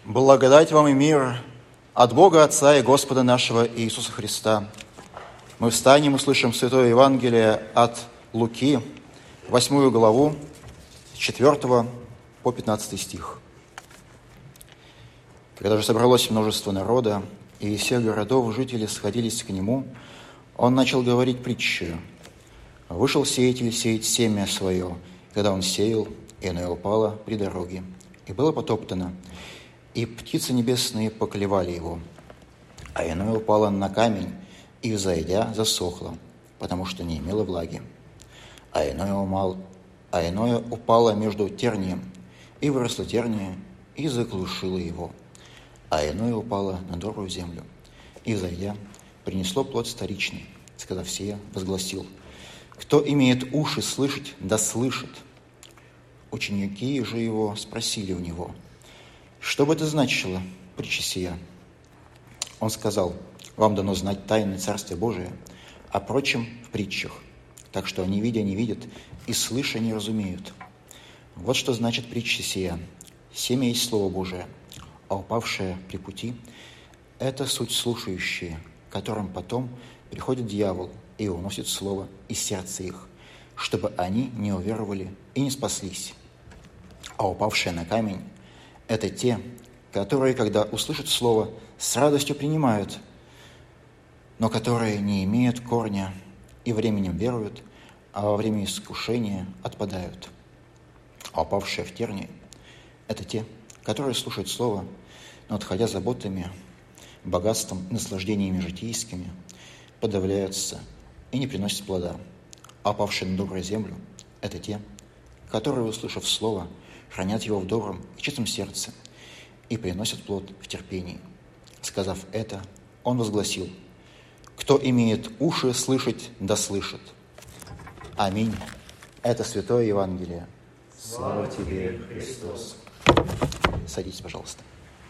Благодать вам и мир от Бога Отца и Господа нашего Иисуса Христа. Мы встанем и услышим Святое Евангелие от Луки, 8 главу, с 4 по 15 стих. Когда же собралось множество народа, и из всех городов жители сходились к нему, он начал говорить притчею. Вышел сеятель сеять семя свое, когда он сеял, и оно упало при дороге, и было потоптано, и птицы небесные поклевали его. А иное упало на камень, и, взойдя, засохло, потому что не имело влаги. А иное упало между тернием, и выросло терния, и заглушило его. А иное упало на добрую землю, и, взойдя, принесло плод вторичный. Сказав сие, возгласил: «Кто имеет уши слышать, да слышит». Ученики же его спросили у него: «Что бы это значило, притча сия?» Он сказал: «Вам дано знать тайны Царствия Божия, а прочим в притчах, так что они, видя, не видят, и слыша, не разумеют. Вот что значит притча сия. Семя есть Слово Божие, а упавшее при пути – это суть слушающие, которым потом приходит дьявол и уносит слово из сердца их, чтобы они не уверовали и не спаслись. А упавшее на камень – это те, которые, когда услышат слово, с радостью принимают, но которые не имеют корня и временем веруют, а во время искушения отпадают. А упавшие в тернии – это те, которые слушают слово, но, отходя заботами, богатством и наслаждениями житейскими, подавляются и не приносят плода. А упавшие на добрую землю – это те, которые, услышав слово, хранят его в добром и чистом сердце и приносят плод в терпении. Сказав это, он возгласил: «Кто имеет уши слышать, да слышит». Аминь. Это Святое Евангелие. Слава тебе, Христос. Садитесь, пожалуйста.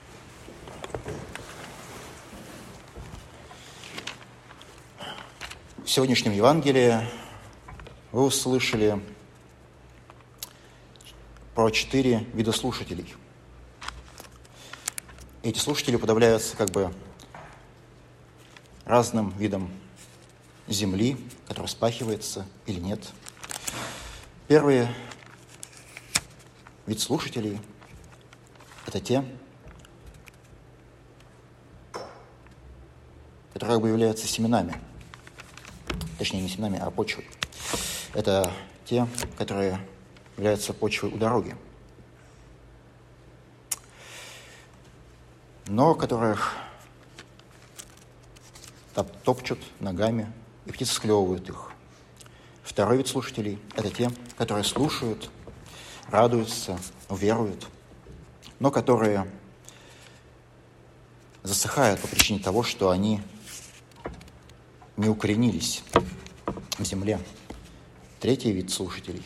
В сегодняшнем Евангелии вы услышали про 4 вида слушателей. Эти слушатели уподобляются разным видам земли, которая вспахивается или нет. Первый вид слушателей – это те, которые являются семенами. Точнее, не семенами, а почвой. Это те, которые являются почвой у дороги, но которых топчут ногами, и птицы склевывают их. Второй вид слушателей – это те, которые слушают, радуются, веруют, но которые засыхают по причине того, что они не укоренились в земле. Третий вид слушателей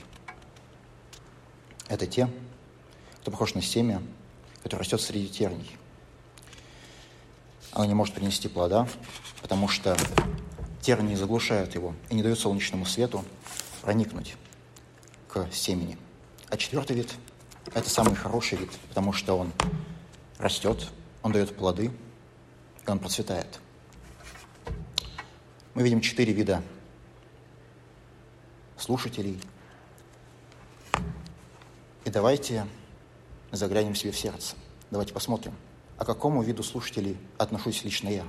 – это те, кто похож на семя, которое растет среди терний. Оно не может принести плода, потому что тернии заглушают его и не дают солнечному свету проникнуть к семени. А четвертый вид – это самый хороший вид, потому что он растет, он дает плоды, и он процветает. Мы видим 4 вида слушателей. И давайте заглянем себе в сердце. Давайте посмотрим, а к какому виду слушателей отношусь лично я.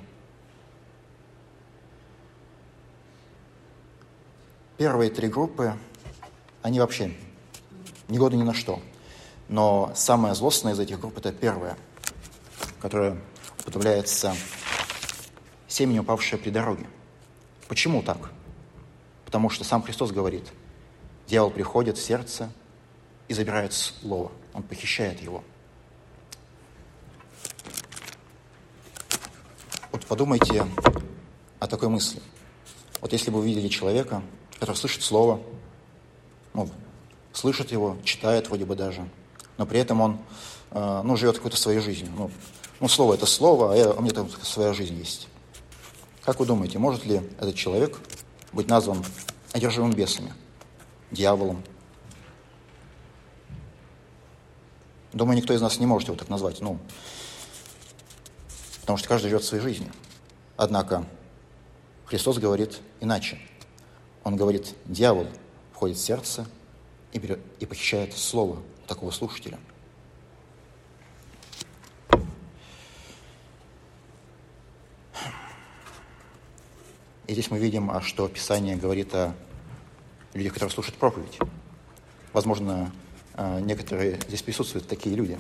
Первые 3 группы, они вообще не годны ни на что. Но самая злостная из этих групп – это первая, которая употребляется семя, упавшее при дороге. Почему так? Потому что сам Христос говорит: дьявол приходит в сердце и забирает слово, он похищает его. Вот подумайте о такой мысли. Вот если бы вы видели человека, который слышит слово, слышит его, читает вроде бы даже, но при этом он живет какой-то своей жизнью. Слово – это слово, а у меня там своя жизнь есть. Как вы думаете, может ли этот человек быть назван одержимым бесами, дьяволом? Думаю, никто из нас не может его так назвать, потому что каждый живет своей жизнью. Однако Христос говорит иначе. Он говорит, дьявол входит в сердце и похищает слово такого слушателя. И здесь мы видим, что Писание говорит о людях, которые слушают проповедь. Возможно, некоторые здесь присутствуют такие люди.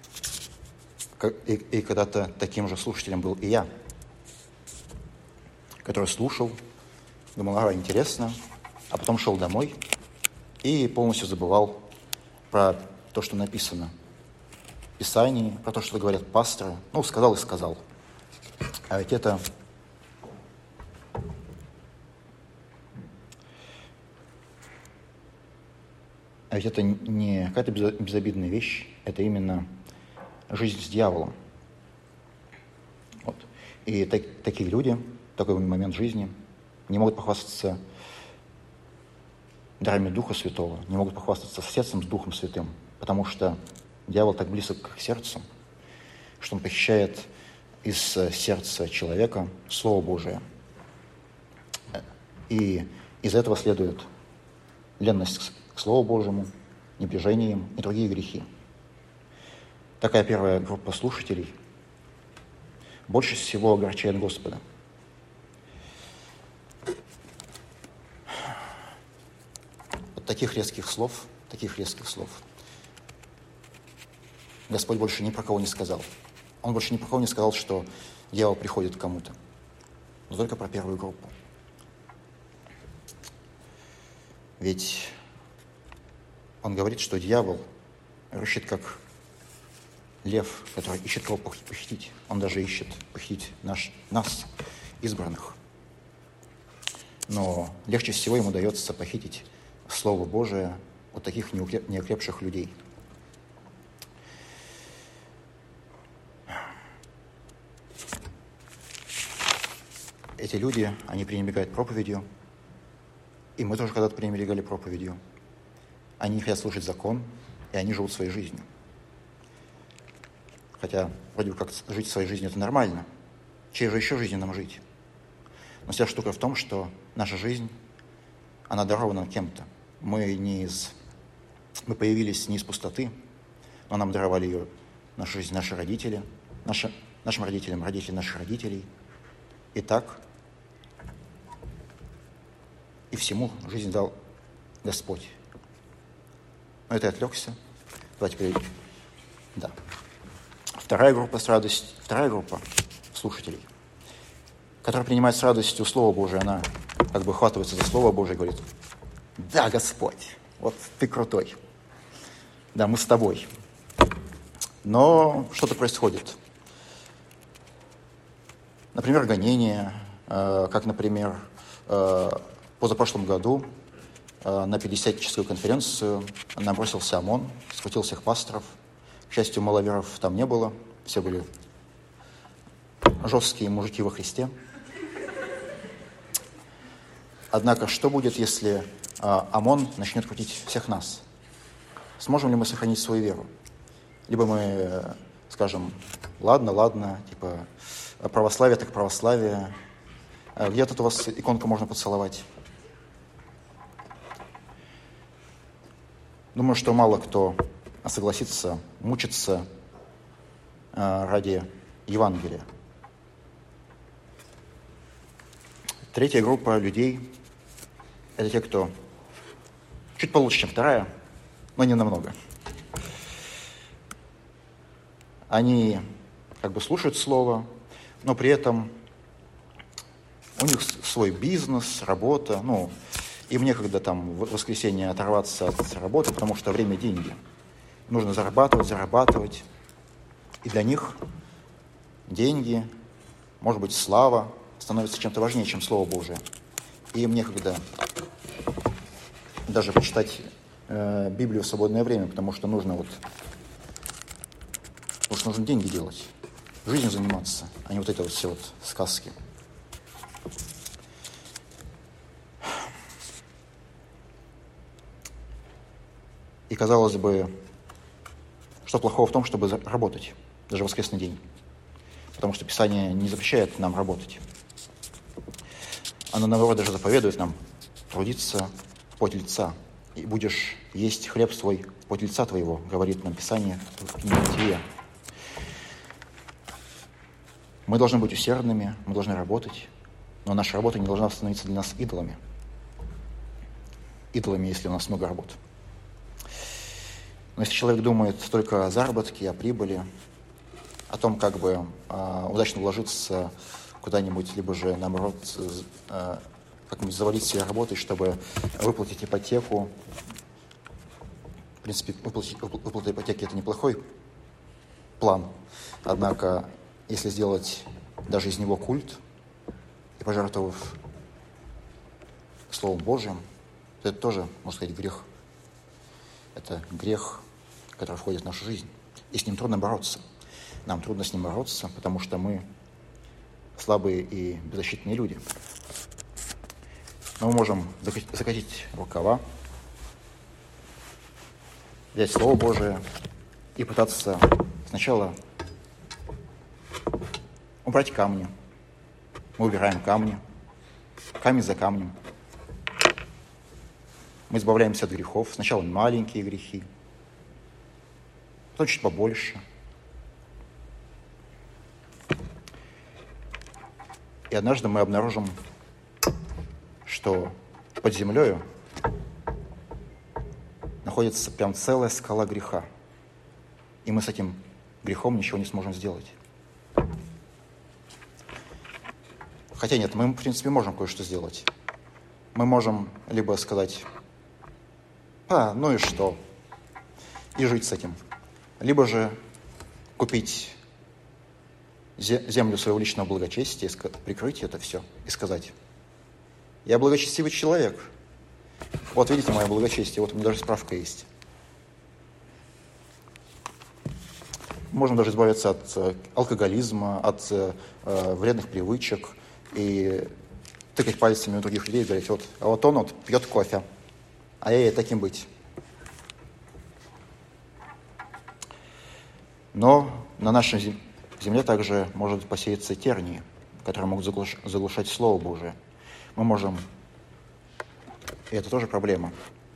И когда-то таким же слушателем был и я, который слушал, думал, интересно, а потом шел домой и полностью забывал про то, что написано в Писании, про то, что говорят пасторы. Сказал и сказал. А ведь это не какая-то безобидная вещь, это именно жизнь с дьяволом. И такие люди в такой момент жизни не могут похвастаться дарами Духа Святого, не могут похвастаться соседством с Духом Святым, потому что дьявол так близок к сердцу, что он похищает из сердца человека Слово Божие. И из этого следует ленность к Слову Божьему, небрежение им и другие грехи. Такая первая группа слушателей больше всего огорчает Господа. Таких резких слов Господь больше ни про кого не сказал. Он больше ни про кого не сказал, что дьявол приходит к кому-то, но только про первую группу. Ведь он говорит, что дьявол рычит как лев, который ищет кого похитить. Он даже ищет похитить нас, избранных. Но легче всего ему удается похитить Слово Божие от таких неокрепших людей. Эти люди, они пренебрегают проповедью, и мы тоже когда-то пренебрегали проповедью. Они не хотят слушать закон, и они живут своей жизнью. Хотя, вроде бы как жить своей жизнью – это нормально. Чьей же еще жизнью нам жить? Но вся штука в том, что наша жизнь, она дарована кем-то. Мы появились не из пустоты, но нам даровали ее, нашу жизнь, наши родители, нашим родителям, родители наших родителей. И так, и всему жизнь дал Господь. Но это я отвлекся. Давайте перейдем. Да. Вторая группа слушателей, которая принимает с радостью Слово Божие, она как бы хватается за Слово Божие и говорит: да, Господь, вот ты крутой. Да, мы с тобой. Но что-то происходит. Например, гонения, как, например, позапрошлом году на 50-часовую конференцию набросился ОМОН, схватил всех пасторов. К счастью, маловеров там не было, все были жесткие мужики во Христе. Однако, что будет, если ОМОН начнет крутить всех нас? Сможем ли мы сохранить свою веру? Либо мы скажем: ладно, типа, православие так православие. Где тут у вас иконку можно поцеловать? Думаю, что мало кто согласится мучиться ради Евангелия. Третья группа людей – это те, кто чуть получше, чем вторая, но не намного. Они как бы слушают слово, но при этом у них свой бизнес, работа. Им некогда там в воскресенье оторваться от работы, потому что время – деньги. Нужно зарабатывать. И для них деньги, может быть, слава становится чем-то важнее, чем Слово Божие. И им некогда даже почитать Библию в свободное время, потому что нужно деньги делать, жизнью заниматься, а не это все сказки. И казалось бы, Что плохого в том, чтобы работать, даже в воскресный день? Потому что Писание не запрещает нам работать. Оно, наоборот, даже заповедует нам трудиться в поте лица. И будешь есть хлеб свой в поте лица твоего, говорит нам Писание в книге Бытия. Мы должны быть усердными, мы должны работать, но наша работа не должна становиться для нас идолами. Идолами, если у нас много работ. Но если человек думает только о заработке, о прибыли, о том, как бы удачно вложиться куда-нибудь, либо же, наоборот, как-нибудь завалить себе работой, чтобы выплатить ипотеку. В принципе, выплата ипотеки – это неплохой план. Однако, если сделать даже из него культ и пожертвовав Словом Божьим, то это тоже, можно сказать, грех. Это грех, который входит в нашу жизнь. И с ним трудно бороться. Нам трудно с ним бороться, потому что мы слабые и беззащитные люди. Но мы можем закатить рукава, взять Слово Божие и пытаться сначала убрать камни. Мы убираем камни, камень за камнем. Мы избавляемся от грехов. Сначала маленькие грехи, потом чуть побольше. И однажды мы обнаружим, что под землею находится прям целая скала греха. И мы с этим грехом ничего не сможем сделать. Хотя нет, мы, в принципе, можем кое-что сделать. Мы можем либо сказать: ну и что? И жить с этим. Либо же купить землю своего личного благочестия, прикрыть это все и сказать: я благочестивый человек. Вот видите мое благочестие, вот у меня даже справка есть. Можем даже избавиться от алкоголизма, от вредных привычек и тыкать пальцами у других людей и говорить: вот он пьет кофе, а я и таким быть. Но на нашей земле также может посеяться тернии, которые могут заглушать Слово Божие. Мы можем, и это тоже проблема.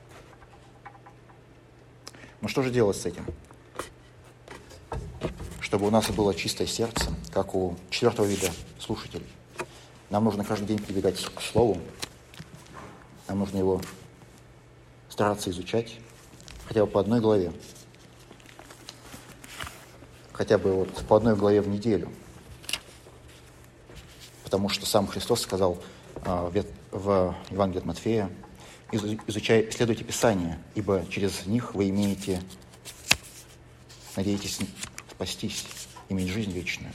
Но что же делать с этим? Чтобы у нас было чистое сердце, как у 4-го вида слушателей. Нам нужно каждый день прибегать к Слову. Нам нужно его стараться изучать хотя бы по одной главе. Хотя бы по одной главе в неделю. Потому что сам Христос сказал в Евангелии от Матфея: исследуйте Писание, ибо через них вы надеетесь спастись, иметь жизнь вечную.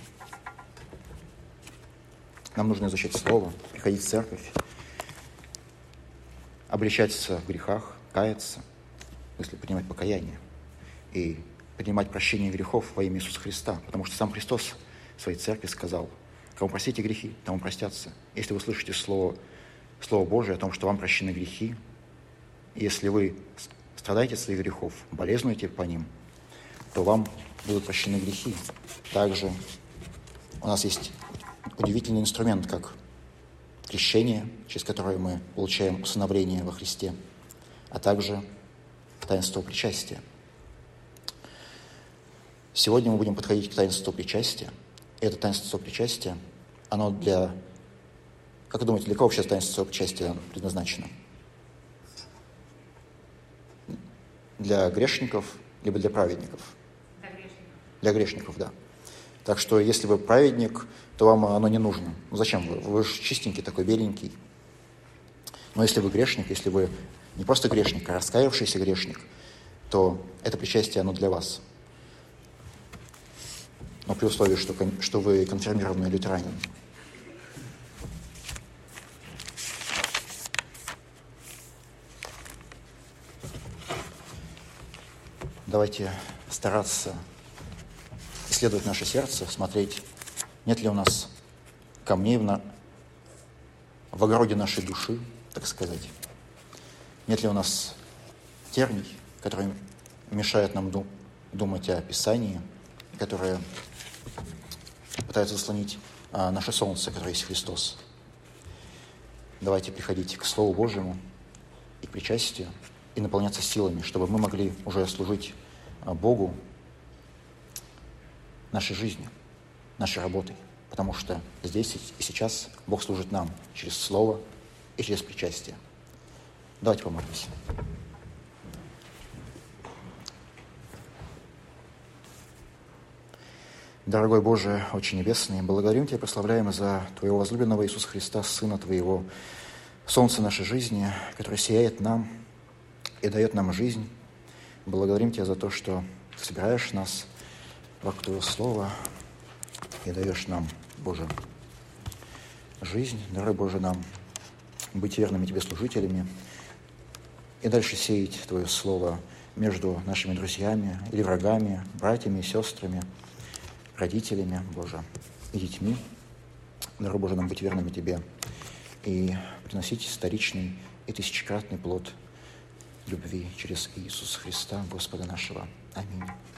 Нам нужно изучать Слово, приходить в церковь, обличаться в грехах, каяться, если принимать покаяние, и принимать прощение грехов во имя Иисуса Христа. Потому что сам Христос в своей церкви сказал: кому простите грехи, тому простятся. Если вы слышите Слово Божие о том, что вам прощены грехи, если вы страдаете от своих грехов, болезнуете по ним, то вам будут прощены грехи. Также у нас есть удивительный инструмент, как крещение, через которое мы получаем усыновление во Христе, а также таинство причастия. Сегодня мы будем подходить к таинству причастия. И это таинство причастия, оно для... Как вы думаете, для кого вообще таинство причастия предназначено? Для грешников, либо для праведников? Для грешников, да. Так что, если вы праведник, то вам оно не нужно. Ну, зачем вы? Вы же чистенький такой, беленький. Но если вы грешник, если вы не просто грешник, а раскаявшийся грешник, то это причастие, оно для вас. Но при условии, что вы конфирмированный лютеранин. Давайте стараться исследовать наше сердце, смотреть, нет ли у нас камней в огороде нашей души, так сказать. Нет ли у нас терний, который мешает нам думать о Писании, которое пытается заслонить наше солнце, которое есть Христос. Давайте приходить к Слову Божьему и к причастию, и наполняться силами, чтобы мы могли уже служить Богу нашей жизнью, нашей работой. Потому что здесь и сейчас Бог служит нам через Слово и через причастие. Давайте помолимся. Дорогой Боже, очень небесный, благодарим Тебя, прославляем за Твоего возлюбленного Иисуса Христа, Сына Твоего, солнце нашей жизни, которое сияет нам и дает нам жизнь. Благодарим Тебя за то, что Ты собираешь нас вокруг Твоего Слова и даешь нам, Боже, жизнь. Даруй, Боже, нам быть верными Тебе служителями и дальше сеять Твое Слово между нашими друзьями или врагами, братьями и сестрами, родителями, Боже, и детьми. Даруй, Боже, нам быть верными Тебе и приносить вторичный и тысячекратный плод любви через Иисуса Христа, Господа нашего. Аминь.